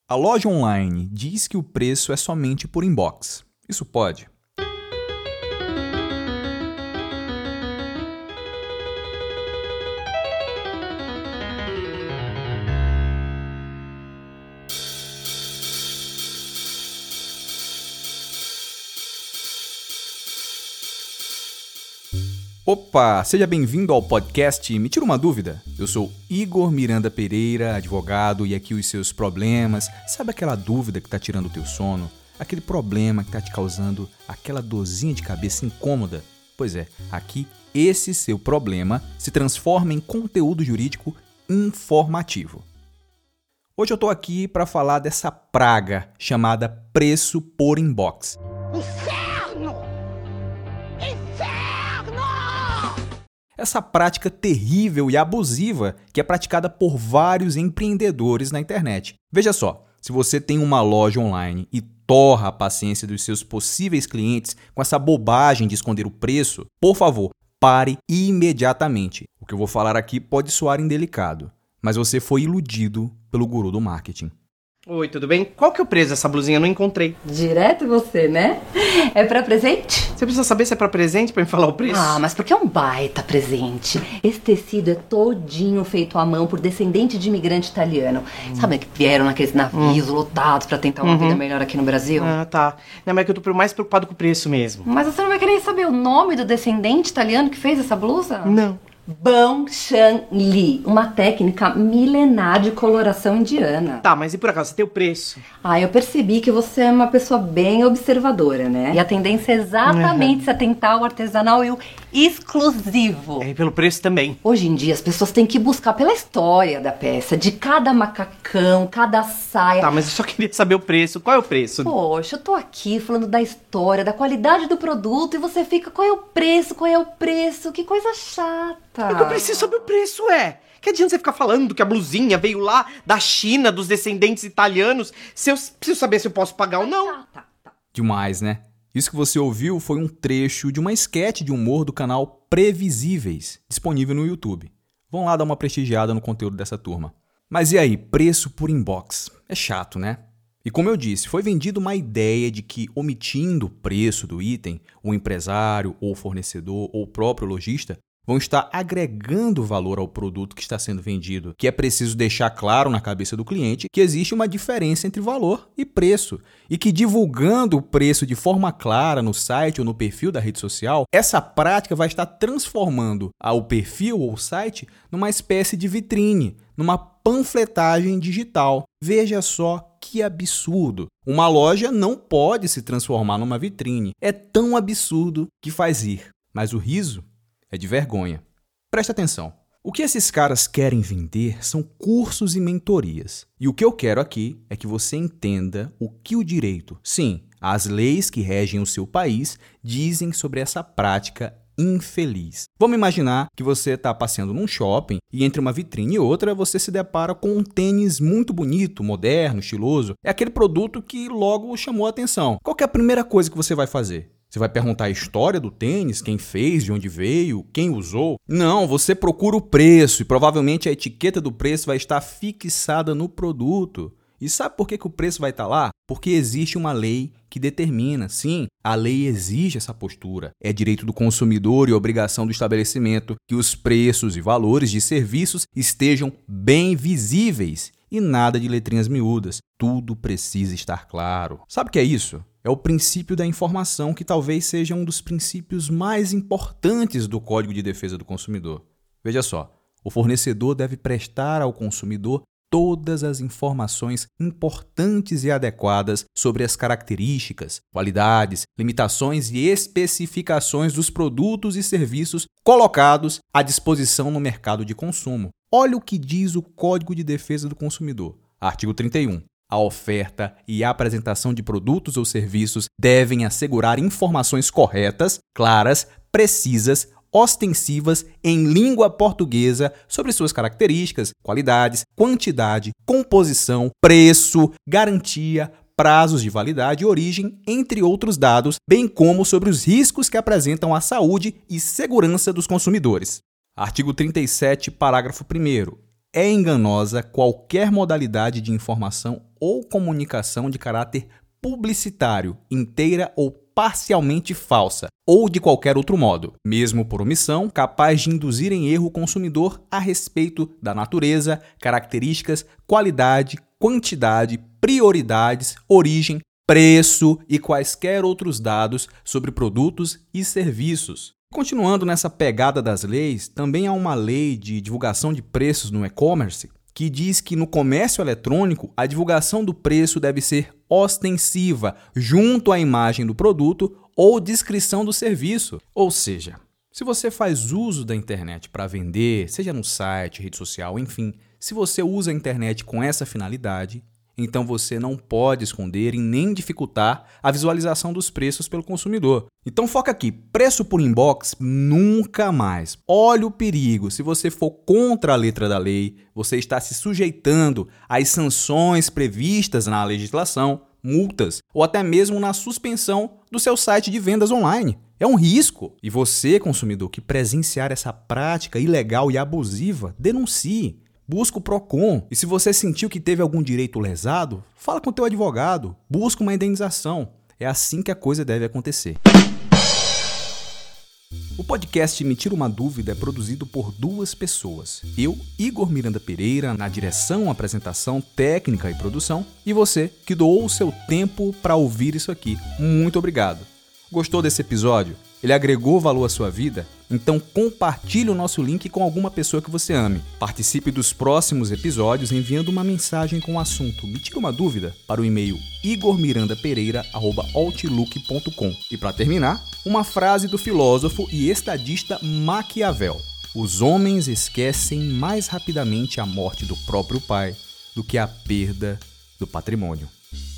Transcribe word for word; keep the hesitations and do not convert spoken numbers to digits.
A loja online diz que o preço é somente por inbox. Isso pode? Opa, seja bem-vindo ao podcast Me Tira uma Dúvida. Eu sou Igor Miranda Pereira, advogado, e aqui os seus problemas. Sabe aquela dúvida que está tirando o teu sono? Aquele problema que está te causando aquela dorzinha de cabeça incômoda? Pois é, aqui esse seu problema se transforma em conteúdo jurídico informativo. Hoje eu estou aqui para falar dessa praga chamada preço por inbox. Inferno! Essa prática terrível e abusiva que é praticada por vários empreendedores na internet. Veja só, se você tem uma loja online e torra a paciência dos seus possíveis clientes com essa bobagem de esconder o preço, por favor, pare imediatamente. O que eu vou falar aqui pode soar indelicado, mas você foi iludido pelo guru do marketing. Oi, tudo bem? Qual que é o preço dessa blusinha? Eu não encontrei. Direto você, né? É pra presente? Você precisa saber se é pra presente pra me falar o preço? Ah, mas porque é um baita presente. Esse tecido é todinho feito à mão por descendente de imigrante italiano. Hum. Sabe que vieram naqueles navios hum. lotados pra tentar uma uhum. vida melhor aqui no Brasil? Ah, tá. Não, mas é que eu tô mais preocupado com o preço mesmo. Mas você não vai querer saber o nome do descendente italiano que fez essa blusa? Não. Bang Chan Li, uma técnica milenar de coloração indiana. Tá, mas e por acaso, você tem o preço? Ah, eu percebi que você é uma pessoa bem observadora, né? E a tendência é exatamente uhum. se atentar ao artesanal e o exclusivo. É, e pelo preço também. Hoje em dia as pessoas têm que buscar pela história da peça, de cada macacão, cada saia. Tá, mas eu só queria saber o preço. Qual é o preço? Poxa, eu tô aqui falando da história, da qualidade do produto e você fica, qual é o preço, qual é o preço? Que coisa chata. É que eu preciso saber o preço, é. Que adianta você ficar falando que a blusinha veio lá da China, dos descendentes italianos, se eu preciso saber se eu posso pagar ou não. Tá, tá, tá. Demais, né? Isso que você ouviu foi um trecho de uma esquete de humor do canal Previsíveis, disponível no YouTube. Vão lá dar uma prestigiada no conteúdo dessa turma. Mas e aí, preço por inbox? É chato, né? E como eu disse, foi vendida uma ideia de que, omitindo o preço do item, o empresário, ou o fornecedor, ou o próprio lojista vão estar agregando valor ao produto que está sendo vendido, que é preciso deixar claro na cabeça do cliente que existe uma diferença entre valor e preço, e que divulgando o preço de forma clara no site ou no perfil da rede social, essa prática vai estar transformando o perfil ou o site numa espécie de vitrine, numa panfletagem digital. Veja só que absurdo! Uma loja não pode se transformar numa vitrine. É tão absurdo que faz rir. Mas o riso é de vergonha. Presta atenção. O que esses caras querem vender são cursos e mentorias. E o que eu quero aqui é que você entenda o que o direito, sim, as leis que regem o seu país, dizem sobre essa prática infeliz. Vamos imaginar que você está passeando num shopping e entre uma vitrine e outra você se depara com um tênis muito bonito, moderno, estiloso. É aquele produto que logo chamou a atenção. Qual que é a primeira coisa que você vai fazer? Você vai perguntar a história do tênis, quem fez, de onde veio, quem usou? Não, você procura o preço e provavelmente a etiqueta do preço vai estar fixada no produto. E sabe por que, que o preço vai estar lá? Porque existe uma lei que determina, sim, a lei exige essa postura. É direito do consumidor e obrigação do estabelecimento que os preços e valores de serviços estejam bem visíveis e nada de letrinhas miúdas. Tudo precisa estar claro. Sabe o que é isso? É o princípio da informação, que talvez seja um dos princípios mais importantes do Código de Defesa do Consumidor. Veja só, o fornecedor deve prestar ao consumidor todas as informações importantes e adequadas sobre as características, qualidades, limitações e especificações dos produtos e serviços colocados à disposição no mercado de consumo. Olha o que diz o Código de Defesa do Consumidor, artigo trinta e um. A oferta e a apresentação de produtos ou serviços devem assegurar informações corretas, claras, precisas, ostensivas em língua portuguesa sobre suas características, qualidades, quantidade, composição, preço, garantia, prazos de validade e origem, entre outros dados, bem como sobre os riscos que apresentam à saúde e segurança dos consumidores. Artigo trinta e sete, parágrafo primeiro. é enganosa qualquer modalidade de informação ou comunicação de caráter publicitário, inteira ou parcialmente falsa, ou de qualquer outro modo, mesmo por omissão, capaz de induzir em erro o consumidor a respeito da natureza, características, qualidade, quantidade, prioridades, origem, preço e quaisquer outros dados sobre produtos e serviços. Continuando nessa pegada das leis, também há uma lei de divulgação de preços no e-commerce que diz que no comércio eletrônico a divulgação do preço deve ser ostensiva junto à imagem do produto ou descrição do serviço. Ou seja, se você faz uso da internet para vender, seja no site, rede social, enfim, se você usa a internet com essa finalidade, então você não pode esconder e nem dificultar a visualização dos preços pelo consumidor. Então foca aqui, preço por inbox nunca mais. Olha o perigo, se você for contra a letra da lei, você está se sujeitando às sanções previstas na legislação, multas ou até mesmo na suspensão do seu site de vendas online. É um risco. E você, consumidor, que presenciar essa prática ilegal e abusiva, denuncie. Busca o Procon. E se você sentiu que teve algum direito lesado, fala com o teu advogado. Busca uma indenização. É assim que a coisa deve acontecer. O podcast Me Tira Uma Dúvida é produzido por duas pessoas. Eu, Igor Miranda Pereira, na direção, apresentação, técnica e produção. E você, que doou o seu tempo para ouvir isso aqui. Muito obrigado. Gostou desse episódio? Ele agregou valor à sua vida? Então compartilhe o nosso link com alguma pessoa que você ame. Participe dos próximos episódios enviando uma mensagem com o assunto Me Tira Uma Dúvida para o e-mail igor miranda pereira arroba outlook ponto com. E para terminar, uma frase do filósofo e estadista Maquiavel. Os homens esquecem mais rapidamente a morte do próprio pai do que a perda do patrimônio.